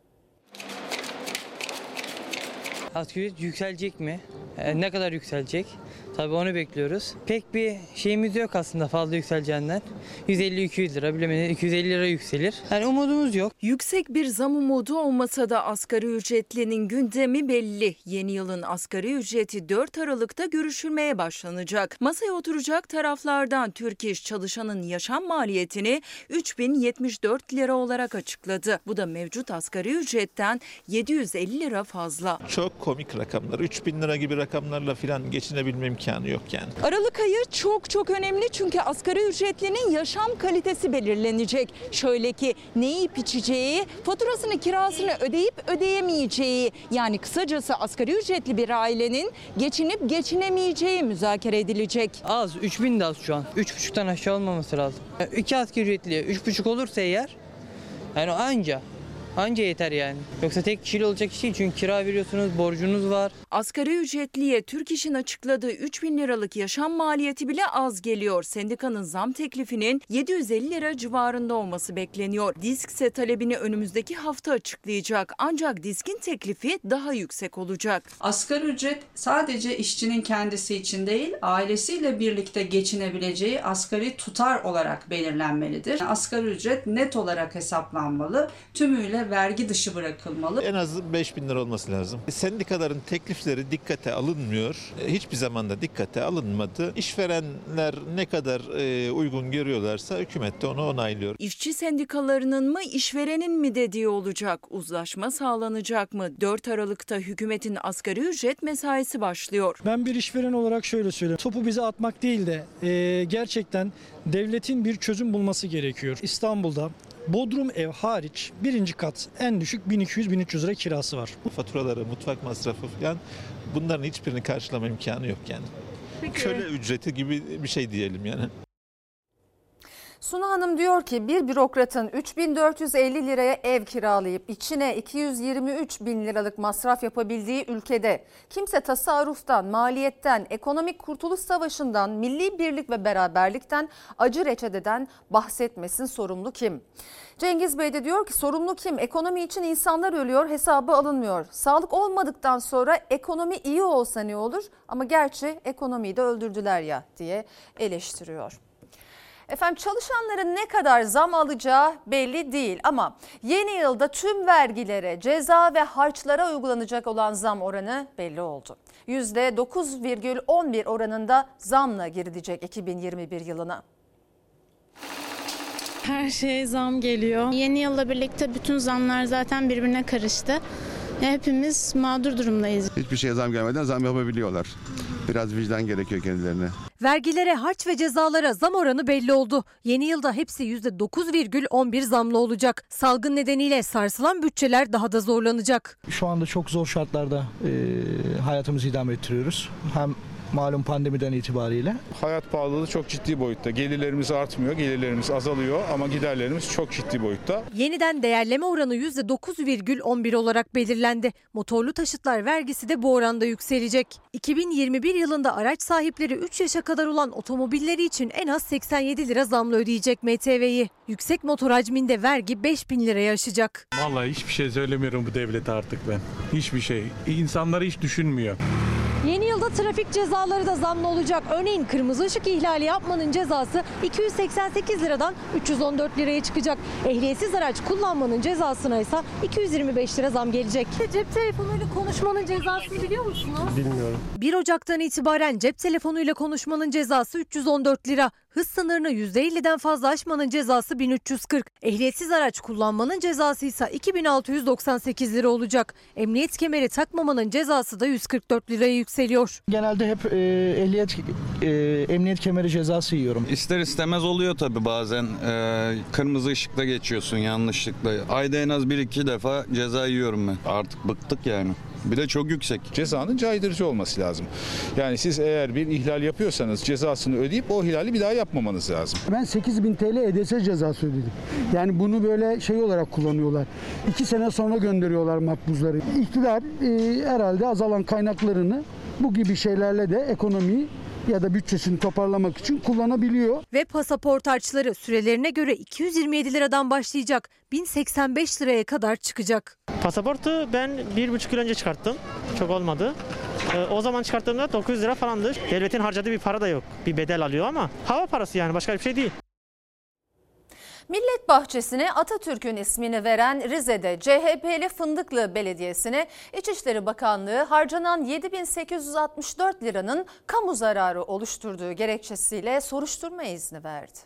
Asgari ücret yükselecek mi? E, ne kadar yükselecek? Tabii onu bekliyoruz. Pek bir şeyimiz yok aslında fazla yükseleceğinden. yüz elli iki yüz lira bilemediniz iki yüz elli lira yükselir. Yani umudumuz yok. Yüksek bir zam umudu olmasa da asgari ücretlinin gündemi belli. Yeni yılın asgari ücreti dört Aralık'ta görüşülmeye başlanacak. Masaya oturacak taraflardan Türk İş çalışanın yaşam maliyetini üç bin yetmiş dört lira olarak açıkladı. Bu da mevcut asgari ücretten yedi yüz elli lira fazla. Çok komik rakamlar. üç bin lira gibi rakamlarla falan geçinebilme imkanı yok yani. Aralık ayı çok çok önemli çünkü asgari ücretlinin yaşam kalitesi belirlenecek. Şöyle ki ne yiyip içeceği, faturasını kirasını ödeyip ödeyemeyeceği, yani kısacası asgari ücretli bir ailenin geçinip geçinemeyeceği müzakere edilecek. Az, üç bin de az şu an. üç buçuktan aşağı olmaması lazım. Yani iki asgari ücretliye üç buçuk olursa eğer yani anca. Anca yeter yani. Yoksa tek kişiyle olacak iş değil çünkü kira veriyorsunuz, borcunuz var. Asgari ücretliye Türk İş'in açıkladığı üç bin liralık yaşam maliyeti bile az geliyor. Sendikanın zam teklifinin yedi yüz elli lira civarında olması bekleniyor. DİSK ise talebini önümüzdeki hafta açıklayacak. Ancak DİSK'in teklifi daha yüksek olacak. Asgari ücret sadece işçinin kendisi için değil, ailesiyle birlikte geçinebileceği asgari tutar olarak belirlenmelidir. Asgari ücret net olarak hesaplanmalı. Tümüyle kesinlikle vergi dışı bırakılmalı. En az beş bin lira olması lazım. Sendikaların teklifleri dikkate alınmıyor. Hiçbir zaman da dikkate alınmadı. İşverenler ne kadar e, uygun görüyorlarsa hükümet de onu onaylıyor. İşçi sendikalarının mı işverenin mi dediği olacak? Uzlaşma sağlanacak mı? dört Aralık'ta hükümetin asgari ücret mesaisi başlıyor. Ben bir işveren olarak şöyle söyleyeyim. Topu bize atmak değil de e, gerçekten devletin bir çözüm bulması gerekiyor. İstanbul'da bodrum ev hariç birinci kat en düşük bin iki yüz bin üç yüz lira kirası var. Faturaları, mutfak masrafı falan bunların hiçbirini karşılama imkanı yok yani. Peki. Köle ücreti gibi bir şey diyelim yani. Suna Hanım diyor ki bir bürokratın üç bin dört yüz elli liraya ev kiralayıp içine iki yüz yirmi üç bin liralık masraf yapabildiği ülkede kimse tasarruftan, maliyetten, ekonomik kurtuluş savaşından, milli birlik ve beraberlikten, acı reçeteden bahsetmesin, sorumlu kim? Cengiz Bey de diyor ki sorumlu kim? Ekonomi için insanlar ölüyor, hesabı alınmıyor. Sağlık olmadıktan sonra ekonomi iyi olsa ne olur? Ama gerçi ekonomiyi de öldürdüler ya diye eleştiriyor. Efendim çalışanların ne kadar zam alacağı belli değil ama yeni yılda tüm vergilere, ceza ve harçlara uygulanacak olan zam oranı belli oldu. yüzde dokuz virgül on bir oranında zamla girilecek iki bin yirmi bir yılına. Her şeye zam geliyor. Yeni yılla birlikte bütün zamlar zaten birbirine karıştı. Hepimiz mağdur durumdayız. Hiçbir şeye zam gelmeden zam yapabiliyorlar. Biraz vicdan gerekiyor kendilerine. Vergilere, harç ve cezalara zam oranı belli oldu. Yeni yılda hepsi yüzde dokuz virgül on bir zamlı olacak. Salgın nedeniyle sarsılan bütçeler daha da zorlanacak. Şu anda çok zor şartlarda e, hayatımızı idame ettiriyoruz. Hem malum pandemiden itibariyle. Hayat pahalılığı çok ciddi boyutta. Gelirlerimiz artmıyor, gelirlerimiz azalıyor ama giderlerimiz çok ciddi boyutta. Yeniden değerleme oranı yüzde dokuz virgül on bir olarak belirlendi. Motorlu taşıtlar vergisi de bu oranda yükselecek. iki bin yirmi bir yılında araç sahipleri üç yaşa kadar olan otomobilleri için en az seksen yedi lira zamla ödeyecek M T V'yi. Yüksek motor hacminde vergi beş bin liraya aşacak. Vallahi hiçbir şey söylemiyorum bu devlete artık ben. Hiçbir şey. İnsanları hiç düşünmüyor. Yeni yılda trafik cezaları da zamlı olacak. Örneğin kırmızı ışık ihlali yapmanın cezası iki yüz seksen sekiz liradan üç yüz on dört liraya çıkacak. Ehliyetsiz araç kullanmanın cezasına ise iki yüz yirmi beş lira zam gelecek. Cep telefonuyla konuşmanın cezasını biliyor musunuz? Bilmiyorum. bir Ocak'tan itibaren cep telefonuyla konuşmanın cezası üç yüz on dört lira. Hız sınırını yüzde elliden fazla aşmanın cezası bin üç yüz kırk. Ehliyetsiz araç kullanmanın cezası ise iki bin altı yüz doksan sekiz lira olacak. Emniyet kemeri takmamanın cezası da yüz kırk dört liraya yükseliyor. Genelde hep e, ehliyet e, emniyet kemeri cezası yiyorum. İster istemez oluyor tabii bazen. Ee, kırmızı ışıkta geçiyorsun yanlışlıkla. Ayda en az bir iki defa ceza yiyorum ben. Artık bıktık yani. Bir de çok yüksek. Cezanın caydırıcı olması lazım. Yani siz eğer bir ihlal yapıyorsanız cezasını ödeyip o ihlali bir daha yapmamanız lazım. Ben sekiz bin T L E D S cezası ödedim. Yani bunu böyle şey olarak kullanıyorlar. İki sene sonra gönderiyorlar makbuzları. İktidar e, herhalde azalan kaynaklarını bu gibi şeylerle de ekonomiyi ya da bütçesini toparlamak için kullanabiliyor. Ve pasaport harçları sürelerine göre iki yüz yirmi yedi liradan başlayacak. bin seksen beş liraya kadar çıkacak. Pasaportu ben bir buçuk yıl önce çıkarttım. Çok olmadı. Ee, o zaman çıkarttığımda dokuz yüz lira falandı. Devletin harcadığı bir para da yok. Bir bedel alıyor ama hava parası yani başka bir şey değil. Millet Bahçesi'ne Atatürk'ün ismini veren Rize'de C H P'li Fındıklı Belediyesi'ne İçişleri Bakanlığı harcanan yedi bin sekiz yüz altmış dört liranın kamu zararı oluşturduğu gerekçesiyle soruşturma izni verdi.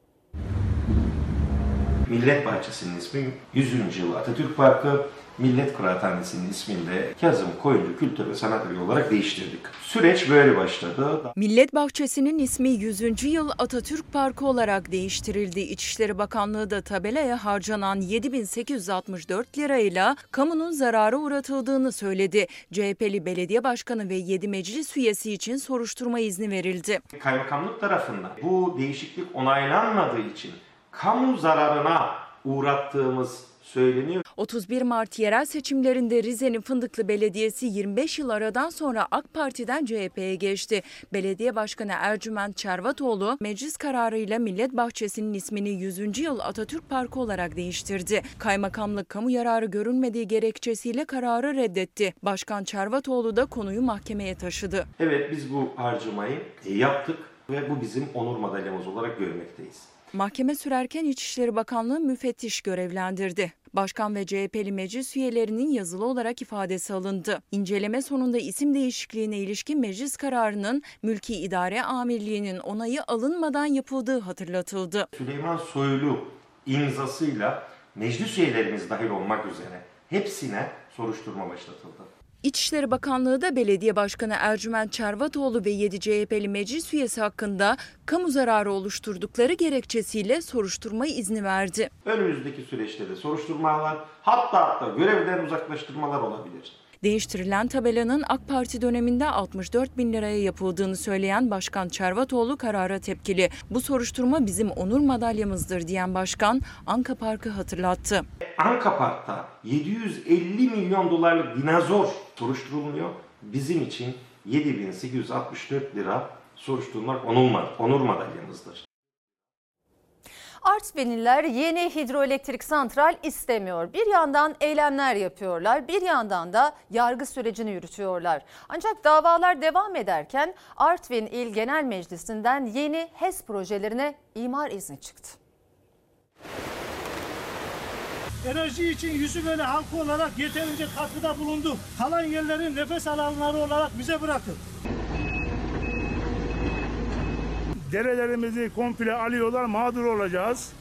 Millet Bahçesi'nin ismi yüzüncü yıl Atatürk Parkı, Millet Kıraathanesi'nin ismini de Kazım Koyunlu Kültür ve Sanat Evi olarak değiştirdik. Süreç böyle başladı. Millet Bahçesi'nin ismi yüzüncü yıl Atatürk Parkı olarak değiştirildi. İçişleri Bakanlığı da tabelaya harcanan yedi bin sekiz yüz altmış dört lirayla kamunun zarara uğratıldığını söyledi. C H P'li belediye başkanı ve yedi meclis üyesi için soruşturma izni verildi. Kaymakamlık tarafından bu değişiklik onaylanmadığı için kamu zararına uğrattığımız söyleniyor. otuz bir Mart yerel seçimlerinde Rize'nin Fındıklı Belediyesi yirmi beş yıl aradan sonra AK Parti'den C H P'ye geçti. Belediye Başkanı Ercüment Çervatoğlu meclis kararıyla Millet Bahçesi'nin ismini yüzüncü yıl Atatürk Parkı olarak değiştirdi. Kaymakamlık kamu yararı görülmediği gerekçesiyle kararı reddetti. Başkan Çervatoğlu da konuyu mahkemeye taşıdı. Evet, biz bu harcamayı yaptık ve bu bizim onur madalyamız olarak görmekteyiz. Mahkeme sürerken İçişleri Bakanlığı müfettiş görevlendirdi. Başkan ve C H P'li meclis üyelerinin yazılı olarak ifadesi alındı. İnceleme sonunda isim değişikliğine ilişkin meclis kararının Mülki İdare Amirliği'nin onayı alınmadan yapıldığı hatırlatıldı. Süleyman Soylu imzasıyla meclis üyelerimiz dahil olmak üzere hepsine soruşturma başlatıldı. İçişleri Bakanlığı da Belediye Başkanı Ercüment Çervatoğlu ve yedi C H P'li meclis üyesi hakkında kamu zararı oluşturdukları gerekçesiyle soruşturma izni verdi. Önümüzdeki süreçte de soruşturmalar, hatta hatta görevden uzaklaştırmalar olabilir. Değiştirilen tabelanın AK Parti döneminde altmış dört bin liraya yapıldığını söyleyen Başkan Çervatoğlu karara tepkili. Bu soruşturma bizim onur madalyamızdır diyen başkan Anka Park'ı hatırlattı. Anka Park'ta yedi yüz elli milyon dolarlık dinozor soruşturulmuyor. Bizim için yedi bin sekiz yüz altmış dört lira soruşturmak onur madalyamızdır. Artvinliler yeni hidroelektrik santral istemiyor. Bir yandan eylemler yapıyorlar, bir yandan da yargı sürecini yürütüyorlar. Ancak davalar devam ederken Artvin İl Genel Meclisi'nden yeni HES projelerine imar izni çıktı. Enerji için Yusufeli halkı olarak yeterince katkıda bulunduk. Kalan yerlerin nefes alanları olarak bize bırakın. Derelerimizi komple alıyorlar, mağdur olacağız.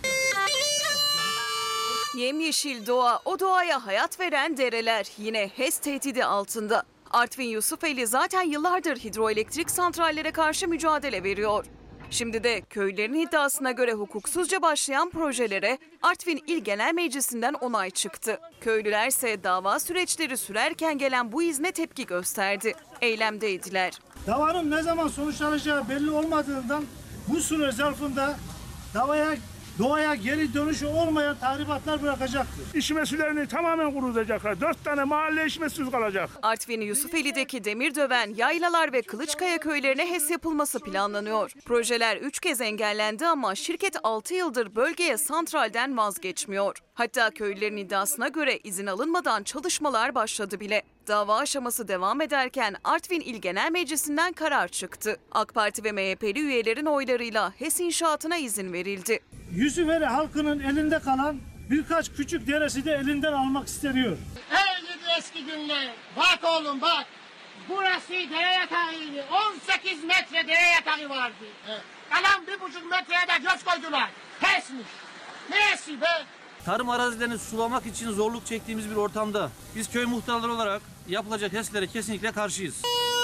Yemyeşil doğa, o doğaya hayat veren dereler yine HES tehdidi altında. Artvin Yusufeli zaten yıllardır hidroelektrik santrallere karşı mücadele veriyor. Şimdi de köylülerin iddiasına göre hukuksuzca başlayan projelere Artvin İl Genel Meclisi'nden onay çıktı. Köylüler ise dava süreçleri sürerken gelen bu izne tepki gösterdi. Eylemdeydiler. Davanın ne zaman sonuçlanacağı belli olmadığından bu süre zarfında davaya, doğaya geri dönüşü olmayan tahribatlar bırakacaktır. İçme sularını tamamen kurutacaklar. Dört tane mahalle içmesiz kalacak. Artvin Yusufeli'deki Demirdöven, Yaylalar ve Kılıçkaya köylerine HES yapılması planlanıyor. Projeler üç kez engellendi ama şirket altı yıldır bölgeye santralden vazgeçmiyor. Hatta köylülerin iddiasına göre izin alınmadan çalışmalar başladı bile. Dava aşaması devam ederken Artvin İl Genel Meclisi'nden karar çıktı. AK Parti ve M H P'li üyelerin oylarıyla HES inşaatına izin verildi. Yusufeli halkının elinde kalan birkaç küçük deresi de elinden almak isteniyor. Ey gidi eski günler, bak oğlum bak. Burası dere yatağıydı. on sekiz metre dere yatağı vardı. Evet. Kalan bir buçuk metreye de göz koydular. HES'miş. Neyesi be? Tarım arazilerini sulamak için zorluk çektiğimiz bir ortamda biz köy muhtarları olarak yapılacak HES'lere kesinlikle karşıyız.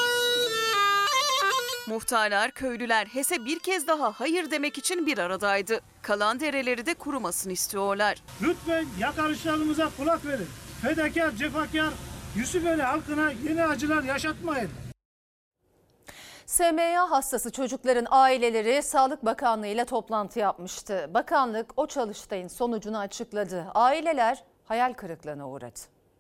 Muhtarlar, köylüler HES'e bir kez daha hayır demek için bir aradaydı. Kalan dereleri de kurumasını istiyorlar. Lütfen yakarışlarımıza kulak verin. Fedakar, cefakar Yusufeli halkına yeni acılar yaşatmayın. S M A hastası çocukların aileleri Sağlık Bakanlığı ile toplantı yapmıştı. Bakanlık o çalıştayın sonucunu açıkladı. Aileler hayal kırıklığına uğradı.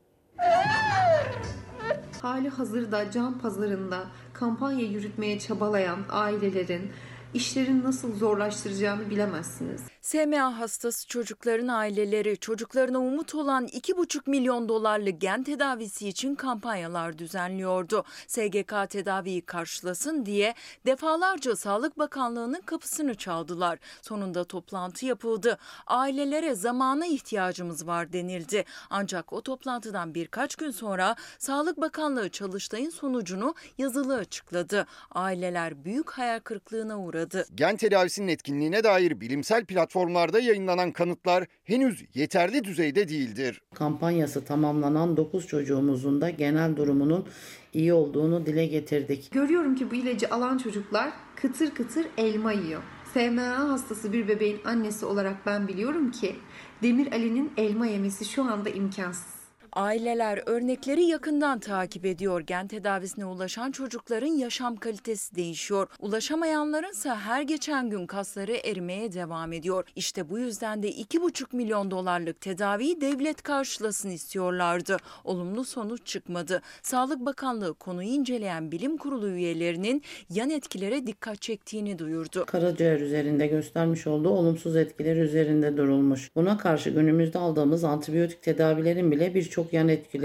Hali hazırda can pazarında kampanya yürütmeye çabalayan ailelerin işlerini nasıl zorlaştıracağını bilemezsiniz. S M A hastası çocukların aileleri çocuklarına umut olan iki buçuk milyon dolarlık gen tedavisi için kampanyalar düzenliyordu. S G K tedaviyi karşılasın diye defalarca Sağlık Bakanlığı'nın kapısını çaldılar. Sonunda toplantı yapıldı. Ailelere zamana ihtiyacımız var denildi. Ancak o toplantıdan birkaç gün sonra Sağlık Bakanlığı çalıştayın sonucunu yazılı açıkladı. Aileler büyük hayal kırıklığına uğradı. Gen tedavisinin etkinliğine dair bilimsel platformlarda yayınlanan kanıtlar henüz yeterli düzeyde değildir. Kampanyası tamamlanan dokuz çocuğumuzun da genel durumunun iyi olduğunu dile getirdik. Görüyorum ki bu ilacı alan çocuklar kıtır kıtır elma yiyor. S M A hastası bir bebeğin annesi olarak ben biliyorum ki Demir Ali'nin elma yemesi şu anda imkansız. Aileler örnekleri yakından takip ediyor. Gen tedavisine ulaşan çocukların yaşam kalitesi değişiyor. Ulaşamayanlarınsa her geçen gün kasları erimeye devam ediyor. İşte bu yüzden de iki buçuk milyon dolarlık tedaviyi devlet karşılasın istiyorlardı. Olumlu sonuç çıkmadı. Sağlık Bakanlığı konuyu inceleyen bilim kurulu üyelerinin yan etkilere dikkat çektiğini duyurdu. Karaciğer üzerinde göstermiş olduğu olumsuz etkiler üzerinde durulmuş. Buna karşı günümüzde aldığımız antibiyotik tedavilerin bile birçok yan etkileri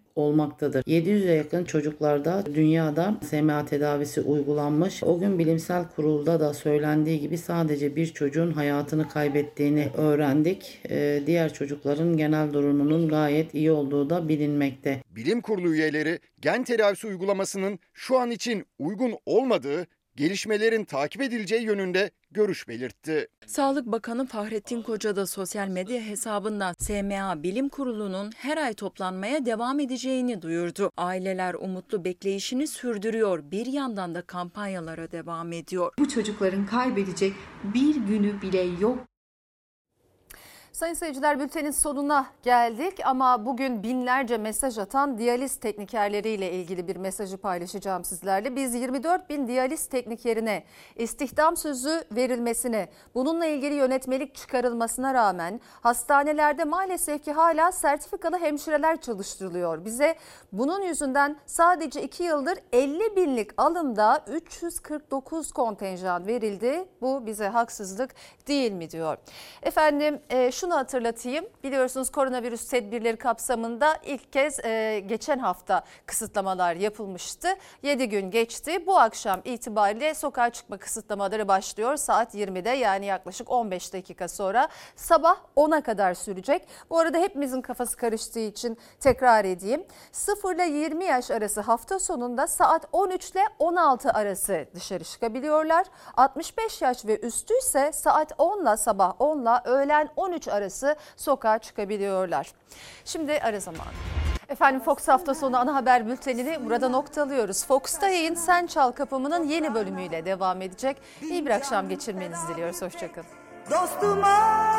olmaktadır. yedi yüze yakın çocuklarda dünyada S M A tedavisi uygulanmış. O gün bilimsel kurulda da söylendiği gibi sadece bir çocuğun hayatını kaybettiğini öğrendik. Ee, diğer çocukların genel durumunun gayet iyi olduğu da bilinmekte. Bilim kurulu üyeleri gen tedavisi uygulamasının şu an için uygun olmadığı, gelişmelerin takip edileceği yönünde görüş belirtti. Sağlık Bakanı Fahrettin Koca da sosyal medya hesabından S M A Bilim Kurulu'nun her ay toplanmaya devam edeceğini duyurdu. Aileler umutlu bekleyişini sürdürüyor. Bir yandan da kampanyalara devam ediyor. Bu çocukların kaybedecek bir günü bile yok. Sayın seyirciler, bültenin sonuna geldik ama bugün binlerce mesaj atan diyaliz teknikerleriyle ilgili bir mesajı paylaşacağım sizlerle. Biz yirmi dört bin diyaliz teknikerine istihdam sözü verilmesine, bununla ilgili yönetmelik çıkarılmasına rağmen hastanelerde maalesef ki hala sertifikalı hemşireler çalıştırılıyor. Bize bunun yüzünden sadece iki yıldır elli binlik alımda üç yüz kırk dokuz kontenjan verildi. Bu bize haksızlık değil mi diyor. Efendim e, şunu hatırlatayım. Biliyorsunuz koronavirüs tedbirleri kapsamında ilk kez e, geçen hafta kısıtlamalar yapılmıştı. yedi gün geçti. Bu akşam itibariyle sokağa çıkma kısıtlamaları başlıyor. Saat yirmide, yani yaklaşık on beş dakika sonra, sabah ona kadar sürecek. Bu arada hepimizin kafası karıştığı için tekrar edeyim. sıfır ile yirmi yaş arası hafta sonunda saat on üç ile on altı arası dışarı çıkabiliyorlar. altmış beş yaş ve üstü ise saat on ile sabah on ile öğlen on üç arası sokağa çıkabiliyorlar. Şimdi ara zamanı. Efendim Fox hafta sonu ana haber bültenini burada noktalıyoruz. Fox'ta yayın Sen Çal Kapımı'nın yeni bölümüyle devam edecek. İyi bir akşam geçirmenizi diliyoruz. Hoşçakalın. Dostuma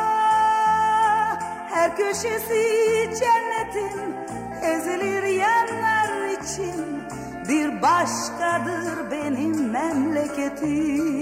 her köşesi cennetin, ezilir yerler için bir başkadır benim memleketim.